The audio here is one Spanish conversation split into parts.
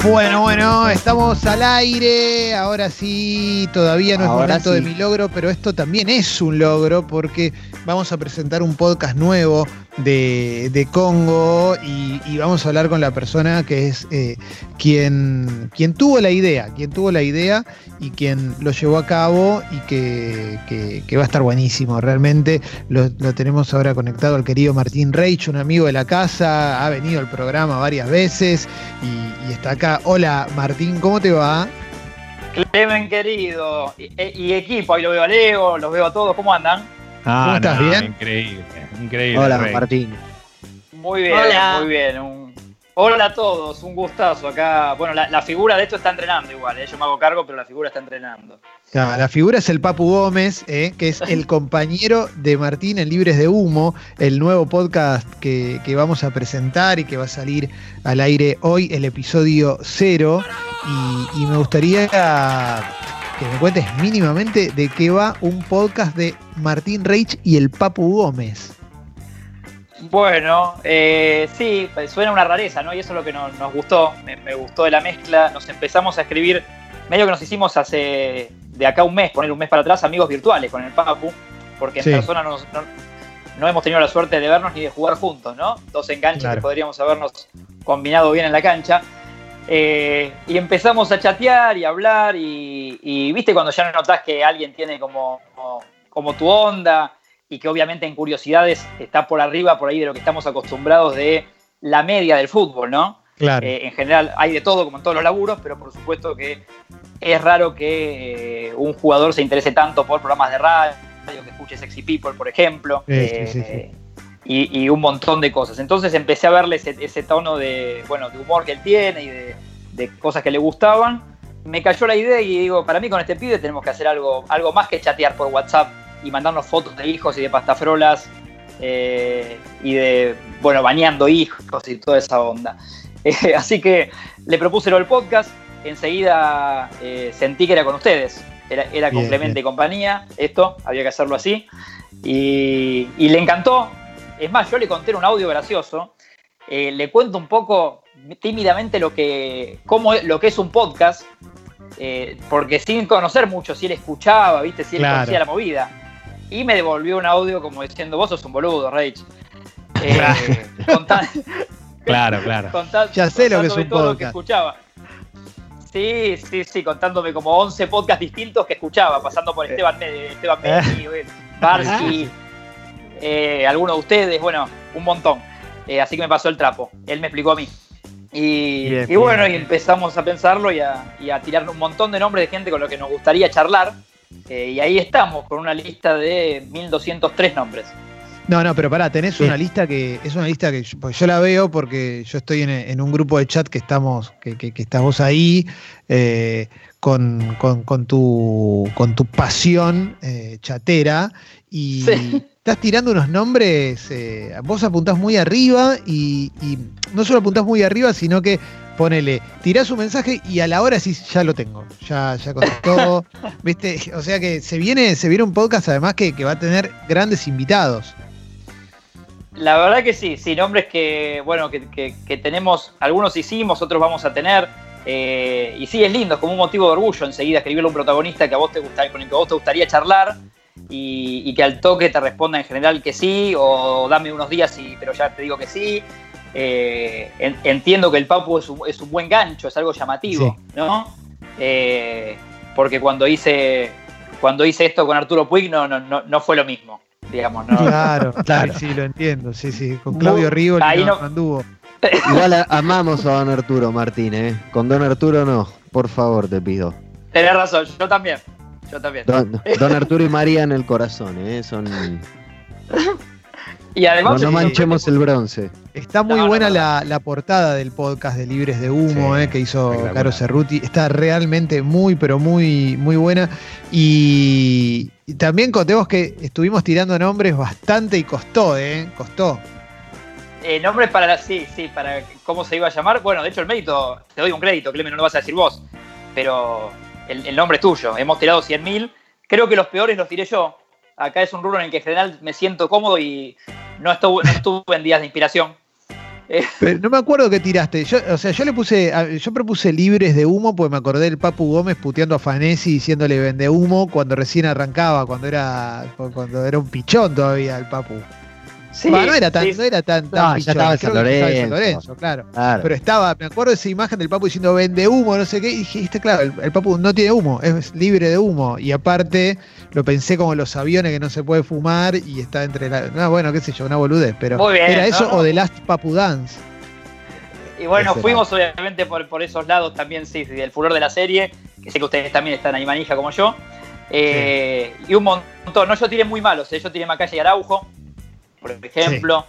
Bueno, estamos al aire, ahora sí, todavía no es momento de mi logro, pero esto también es un logro porque vamos a presentar un podcast nuevo de Congo y vamos a hablar con la persona que es quien tuvo la idea y quien lo llevó a cabo y que va a estar buenísimo, realmente lo tenemos ahora conectado al querido Martín Reich, un amigo de la casa, ha venido al programa varias veces y está acá. Hola Martín, ¿cómo te va? Clemen querido, y equipo, ahí lo veo a Leo, los veo a todos, ¿cómo andan? ¿Cómo estás? ¿Bien? Increíble. Hola, Rey. Martín. Muy bien, hola. Muy bien. Hola a todos, un gustazo acá. Bueno, la figura de esto está entrenando igual, yo me hago cargo, pero la figura está entrenando. Claro, la figura es el Papu Gómez, que es el compañero de Martín en Libres de Humo, el nuevo podcast que vamos a presentar y que va a salir al aire hoy, el episodio 0. Y me gustaría que me cuentes mínimamente de qué va un podcast de Martín Reich y el Papu Gómez. Bueno, sí, suena una rareza, ¿no? Y eso es lo que nos gustó, me gustó de la mezcla. Nos empezamos a escribir, medio que nos hicimos hace de acá un mes, poner un mes para atrás, amigos virtuales con el Papu, porque en persona no hemos tenido la suerte de vernos ni de jugar juntos, ¿no? Dos enganches que podríamos habernos combinado bien en la cancha. Y empezamos a chatear y a hablar y viste cuando ya notás que alguien tiene como tu onda y que obviamente en curiosidades está por arriba, por ahí de lo que estamos acostumbrados de la media del fútbol, ¿no? Claro. En general hay de todo como en todos los laburos, pero por supuesto que es raro que un jugador se interese tanto por programas de radio, que escuche Sexy People, por ejemplo. Sí. Y un montón de cosas. Entonces empecé a verle ese tono de humor que él tiene y de cosas que le gustaban. Me cayó la idea y digo, para mí con este pibe tenemos que hacer algo más que chatear por WhatsApp y mandarnos fotos de hijos y de pastafrolas y de, bañando hijos y toda esa onda. Así que le propuse lo del podcast. Enseguida sentí que era con ustedes. Era con Clemente y compañía. Esto, había que hacerlo así. Y le encantó. Es más, yo le conté un audio gracioso. Le cuento un poco tímidamente lo que es un podcast, porque sin conocer mucho, si él escuchaba, ¿viste? Si él conocía la movida. Y me devolvió un audio como diciendo, vos sos un boludo, Reich. Claro. Ya sé lo que es un todo podcast. Lo que escuchaba. Sí, contándome como 11 podcasts distintos que escuchaba, pasando por Esteban Messi, Barsky, algunos de ustedes, un montón. Así que me pasó el trapo. Él me explicó a mí. Y empezamos a pensarlo y a tirar un montón de nombres de gente con lo que nos gustaría charlar. Y ahí estamos, con una lista de 1203 nombres. No, pero pará, tenés una lista que porque yo la veo porque yo estoy en un grupo de chat que estamos vos ahí con tu pasión chatera y estás tirando unos nombres, vos apuntás muy arriba y no solo apuntás muy arriba, sino que tirás un mensaje y a la hora sí ya lo tengo, ya contestó, ¿viste? O sea que se viene un podcast además que va a tener grandes invitados. La verdad que sí, nombres que tenemos, algunos hicimos, otros vamos a tener, y sí, es lindo, es como un motivo de orgullo enseguida escribirle a un protagonista que a vos con el que a vos te gustaría charlar y que al toque te responda en general que sí, o dame unos días pero ya te digo que sí. Entiendo que el Papu es un buen gancho, es algo llamativo, sí. ¿No? Porque cuando hice esto con Arturo Puig no fue lo mismo, digamos, ¿no? Claro, sí, lo entiendo, sí. Con Claudio Rigoli no anduvo. Igual amamos a don Arturo, Martín, Con don Arturo no, por favor, te pido. Tenés razón, yo también. Don Arturo y María en el corazón, Son... Y además no manchemos el bronce. Está muy buena la portada del podcast de Libres de Humo, que hizo Caro Cerruti. Está realmente muy, pero muy, muy buena. Y también contemos que estuvimos tirando nombres bastante y costó, Costó. Nombres para cómo se iba a llamar. Bueno, de hecho el mérito, te doy un crédito, Clemen, no lo vas a decir vos. Pero el nombre es tuyo. Hemos tirado 100.000. Creo que los peores los tiré yo. Acá es un rubro en el que en general me siento cómodo y no estuve en días de inspiración. Pero no me acuerdo qué tiraste. Yo propuse libres de humo, porque me acordé del Papu Gómez puteando a Fanesi diciéndole vende humo cuando recién arrancaba, cuando era un pichón todavía el Papu. Sí, no era tan No, pichón. ya estaba en San Lorenzo, claro. Pero me acuerdo de esa imagen del Papu diciendo vende humo, no sé qué, y dijiste, claro, el Papu no tiene humo, es libre de humo. Y aparte, lo pensé como los aviones que no se puede fumar y está entre qué sé yo, una boludez, pero muy bien, era eso ¿no? o The Last Papu Dance. Y bueno, fuimos obviamente por esos lados también, sí, del furor de la serie, que sé que ustedes también están ahí manija como yo. Y un montón, no, yo tiré muy malos, yo tiré Macaya y Araujo, por ejemplo.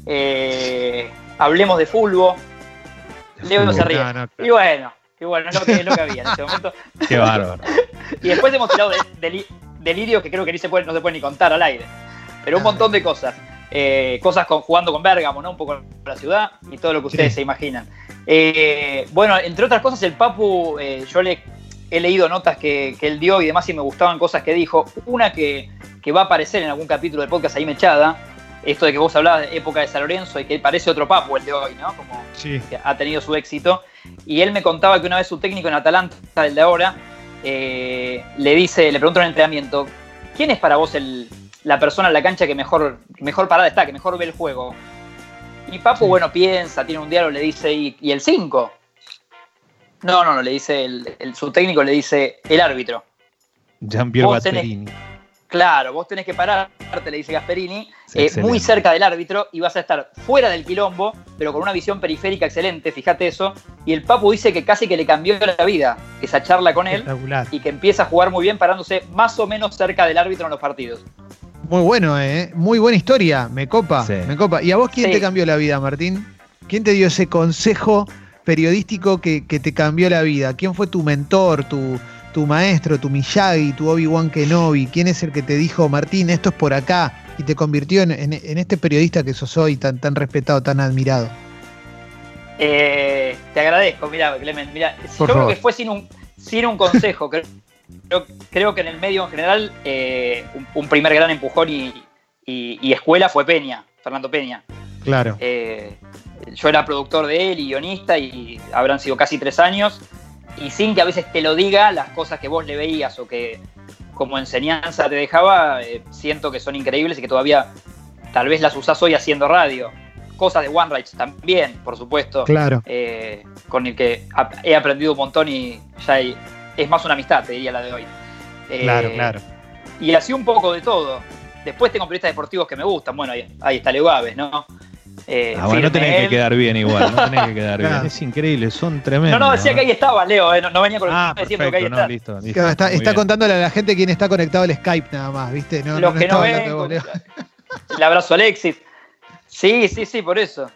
Hablemos de fútbol. Leo se ríe. Claro. Y bueno, es lo que había en ese momento. Qué bárbaro. Y después hemos tirado delirios que creo que no se puede ni contar al aire. Pero un montón de cosas. Cosas jugando con Bérgamo, ¿no? Un poco la ciudad y todo lo que ustedes se imaginan. Bueno, entre otras cosas, el Papu, yo he leído notas que él dio y demás y me gustaban cosas que dijo. Una que va a aparecer en algún capítulo del podcast ahí mechada. Esto de que vos hablabas de época de San Lorenzo y que parece otro Papu el de hoy, ¿no? Como que ha tenido su éxito. Y él me contaba que una vez su técnico en Atalanta, el de ahora, le preguntó en el entrenamiento, ¿quién es para vos la persona en la cancha que mejor parada está, que mejor ve el juego? Y Papu, piensa, tiene un diálogo, le dice, ¿y el 5? No, le dice, su técnico le dice, el árbitro. Jean-Pierre Gasperini. Claro, vos tenés que pararte, le dice Gasperini, muy cerca del árbitro y vas a estar fuera del quilombo, pero con una visión periférica excelente, fíjate eso. Y el Papu dice que casi que le cambió la vida esa charla con él y que empieza a jugar muy bien parándose más o menos cerca del árbitro en los partidos. Muy bueno, muy buena historia, me copa. ¿Y a vos quién te cambió la vida, Martín? ¿Quién te dio ese consejo periodístico que te cambió la vida? ¿Quién fue tu mentor, tu maestro, tu Miyagi, tu Obi-Wan Kenobi? ¿Quién es el que te dijo, Martín, esto es por acá, y te convirtió en este periodista que sos hoy, tan respetado, tan admirado? Te agradezco, mirá, Clemen, yo creo que fue sin un consejo. Creo que en el medio en general un primer gran empujón y escuela fue Fernando Peña. Claro. Yo era productor de él y guionista y habrán sido casi 3 años. Y sin que a veces te lo diga, las cosas que vos le veías o que como enseñanza te dejaba, siento que son increíbles y que todavía tal vez las usás hoy haciendo radio. Cosas de One Rights también, por supuesto. Claro. Con el que he aprendido un montón y ya es más una amistad, te diría, la de hoy. Claro. Y así un poco de todo. Después tengo periodistas deportivos que me gustan. Bueno, ahí está Leo Gávez, ¿no? No tenés que quedar bien igual, no tenés que quedar bien. Es increíble, son tremendos. No, decía que ahí estaba Leo, no venía con el diciendo que ahí está. Listo, está contándole a la gente quién está conectado al Skype nada más, ¿viste? Los que no ven, el abrazo a Alexis. Sí, por eso.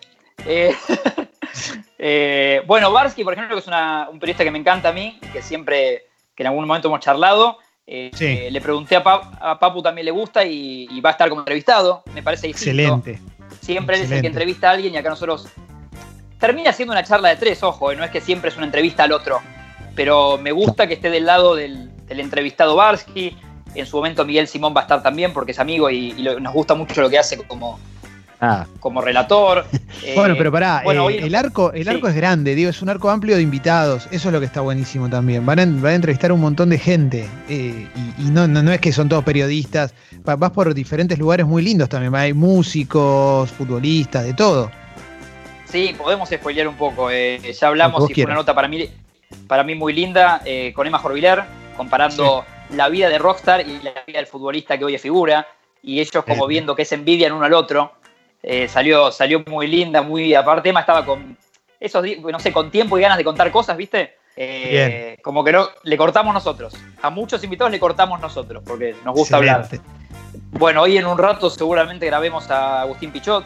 Barsky, por ejemplo, que es un periodista que me encanta a mí, que en algún momento hemos charlado. Le pregunté a Papu, también le gusta y va a estar como entrevistado, me parece distinto. Excelente. Siempre él es el que entrevista a alguien y acá nosotros termina siendo una charla de 3, ojo, no es que siempre es una entrevista al otro, pero me gusta que esté del lado del entrevistado Barsky. En su momento Miguel Simón va a estar también porque es amigo y nos gusta mucho lo que hace como relator. Bueno, pero pará, el arco es grande, digo, es un arco amplio de invitados, eso es lo que está buenísimo también. Van a entrevistar a un montón de gente y no es que son todos periodistas, vas por diferentes lugares muy lindos también, hay músicos, futbolistas, de todo. Sí, podemos spoilear un poco, ya hablamos y fue una nota para mí muy linda con Emma Jorviler, comparando la vida de rockstar y la vida del futbolista que hoy es figura, y ellos como viendo que se envidian uno al otro. Salió muy linda, muy aparte. Emma estaba con con tiempo y ganas de contar cosas, ¿viste? Como que no le cortamos nosotros. A muchos invitados le cortamos nosotros, porque nos gusta hablar. Bueno, hoy en un rato seguramente grabemos a Agustín Pichot.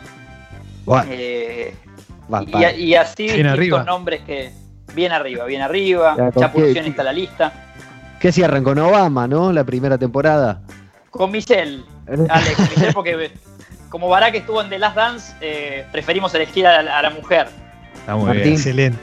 Y así distintos nombres que bien arriba. Ya Pulsión está en la lista. ¿Qué cierran con Obama, no? La primera temporada. Con Michelle, Alex, porque como Barack estuvo en The Last Dance, preferimos elegir a la mujer. Está muy bien.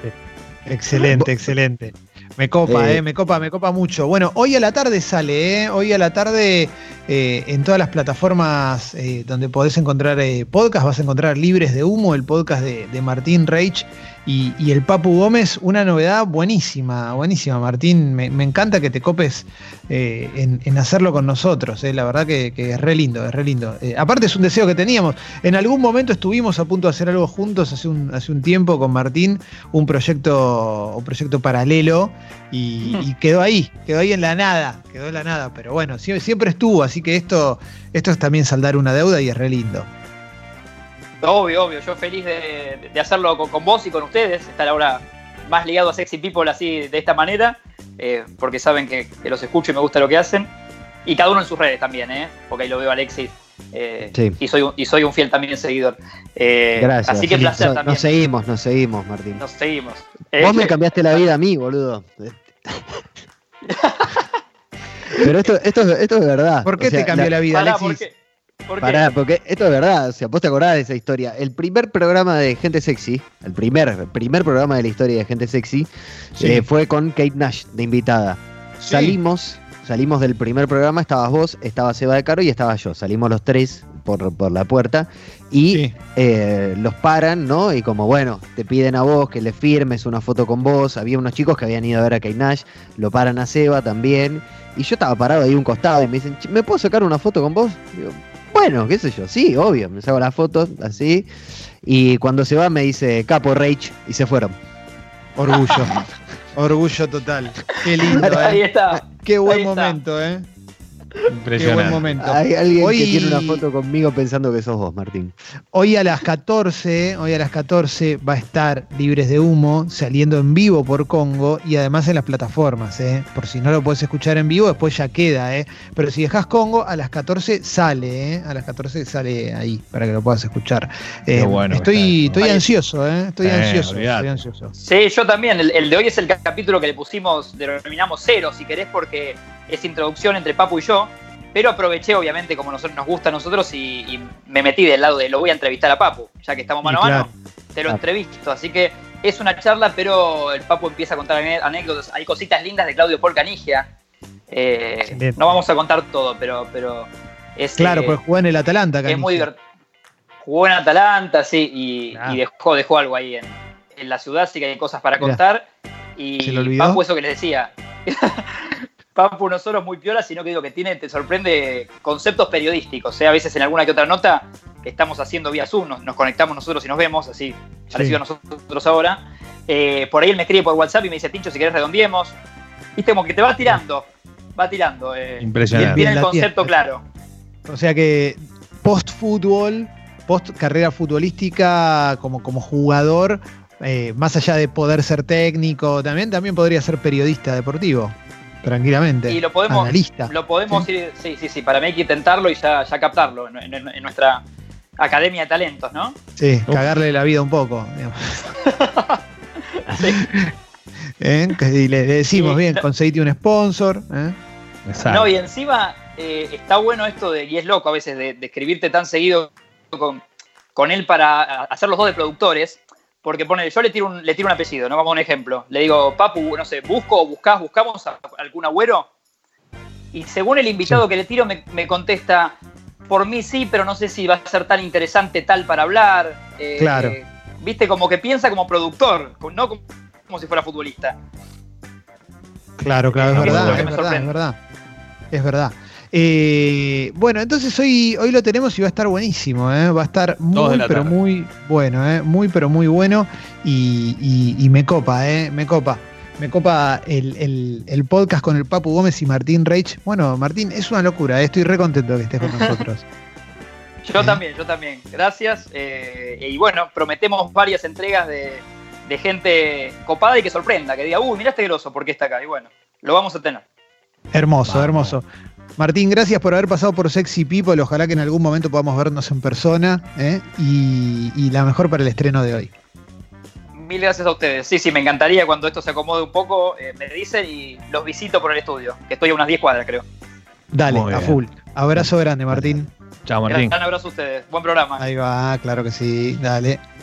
Excelente. Me copa mucho. Bueno, hoy a la tarde sale, Hoy a la tarde en todas las plataformas donde podés encontrar podcast. Vas a encontrar Libres de Humo, el podcast de Martín Reich y el Papu Gómez. Una novedad buenísima, Martín. Me encanta que te copes en hacerlo con nosotros. La verdad que es re lindo, es re lindo. Aparte es un deseo que teníamos. En algún momento estuvimos a punto de hacer algo juntos hace un tiempo con Martín, un proyecto paralelo y quedó ahí en la nada, pero bueno, siempre estuvo, así que esto es también saldar una deuda y es re lindo. Obvio, yo feliz de hacerlo con vos y con ustedes, estar ahora más ligado a Sexy People así, de esta manera, porque saben que los escucho y me gusta lo que hacen, y cada uno en sus redes también, porque ahí lo veo a Alexis, sí. y soy un fiel también seguidor. Gracias. Así que placer también. Nos seguimos, Martín. Nos seguimos. Vos me cambiaste la vida a mí, boludo. Pero esto es verdad. ¿Por qué te cambió la vida, Alexis? Pará, porque esto es verdad, o sea, vos te acordás de esa historia. El primer programa de Gente Sexy, el primer programa de la historia de Gente Sexy, sí, fue con Kate Nash de invitada. Sí. Salimos del primer programa, estabas vos, estaba Seba de Caro y estaba yo. Salimos los tres por la puerta y los paran, ¿no? Y como, bueno, te piden a vos que le firmes una foto con vos. Había unos chicos que habían ido a ver a Kate Nash, lo paran a Seba también. Y yo estaba parado ahí a un costado y me dicen, ¿me puedo sacar una foto con vos? Digo, bueno, qué sé yo, sí, obvio, me saco la foto así. Y cuando se va me dice Capo Rage y se fueron. Orgullo. Orgullo total. Qué lindo, Ahí está. Qué buen momento, Impresionante. Qué buen momento. Hay alguien que tiene una foto conmigo pensando que sos vos, Martín. Hoy a las 14 va a estar Libres de Humo saliendo en vivo por Congo y además en las plataformas, por si no lo podés escuchar en vivo, después ya queda, pero si dejás Congo, a las 14 sale, a las 14 sale ahí para que lo puedas escuchar. Bueno, estoy ansioso, estoy ansioso. Sí, yo también. El de hoy es el capítulo que le pusimos, denominamos cero, si querés, porque es introducción entre Papu y yo, pero aproveché, obviamente, como nos gusta a nosotros, y me metí del lado de lo voy a entrevistar a Papu, ya que estamos mano a mano, te lo entrevisto, así que es una charla, pero el Papu empieza a contar anécdotas, hay cositas lindas de Claudio Paul Canigia, no vamos a contar todo, pero es... Claro, pues jugó en el Atalanta, Canigia. Es muy divertido. Jugó en Atalanta, sí, y dejó algo ahí en la ciudad, así que hay cosas para contar, y Papu, eso que les decía... Papu no solo es muy piola, sino que digo que te sorprende conceptos periodísticos. A veces en alguna que otra nota que estamos haciendo vía Zoom, nos conectamos nosotros y nos vemos, así parecido a nosotros ahora. Por ahí él me escribe por WhatsApp y me dice, Tincho, si querés redondeemos. Viste, como que te va tirando. Impresionante. Tiene el concepto claro. O sea que post-fútbol, post-carrera futbolística como jugador, más allá de poder ser técnico, también podría ser periodista deportivo. Tranquilamente. Y lo podemos analista. ir, sí, para mí hay que intentarlo y ya captarlo en nuestra academia de talentos, ¿no? Sí, cagarle la vida un poco. Y le decimos, bien, conseguite un sponsor. Exacto. No, y encima está bueno esto y es loco a veces de escribirte tan seguido con él para hacer los dos de productores. Porque yo le tiro un apellido, ¿no? Vamos a un ejemplo. Le digo, Papu, no sé, buscamos a algún agüero. Y según el invitado que le tiro, me contesta, por mí sí, pero no sé si va a ser tan interesante tal para hablar. Claro. Viste, como que piensa como productor, no como si fuera futbolista. Claro, es verdad. Bueno, entonces hoy lo tenemos y va a estar buenísimo, va a estar muy pero muy bueno, muy pero muy bueno y me copa, me copa el podcast con el Papu Gómez y Martín Reich. Bueno, Martín, es una locura, estoy re contento de que estés con nosotros. Yo también, gracias, y bueno, prometemos varias entregas de gente copada y que sorprenda, que diga, mirá este grosso, ¿por qué está acá? Y bueno, lo vamos a tener. Hermoso. Martín, gracias por haber pasado por Sexy People. Ojalá que en algún momento podamos vernos en persona, y la mejor para el estreno de hoy. Mil gracias a ustedes. Sí, me encantaría cuando esto se acomode un poco, me dicen y los visito por el estudio, que estoy a unas 10 cuadras, creo. Dale, a full. Abrazo grande, Martín. Chao, Martín. Gran abrazo a ustedes. Buen programa. Ahí va, claro que sí. Dale.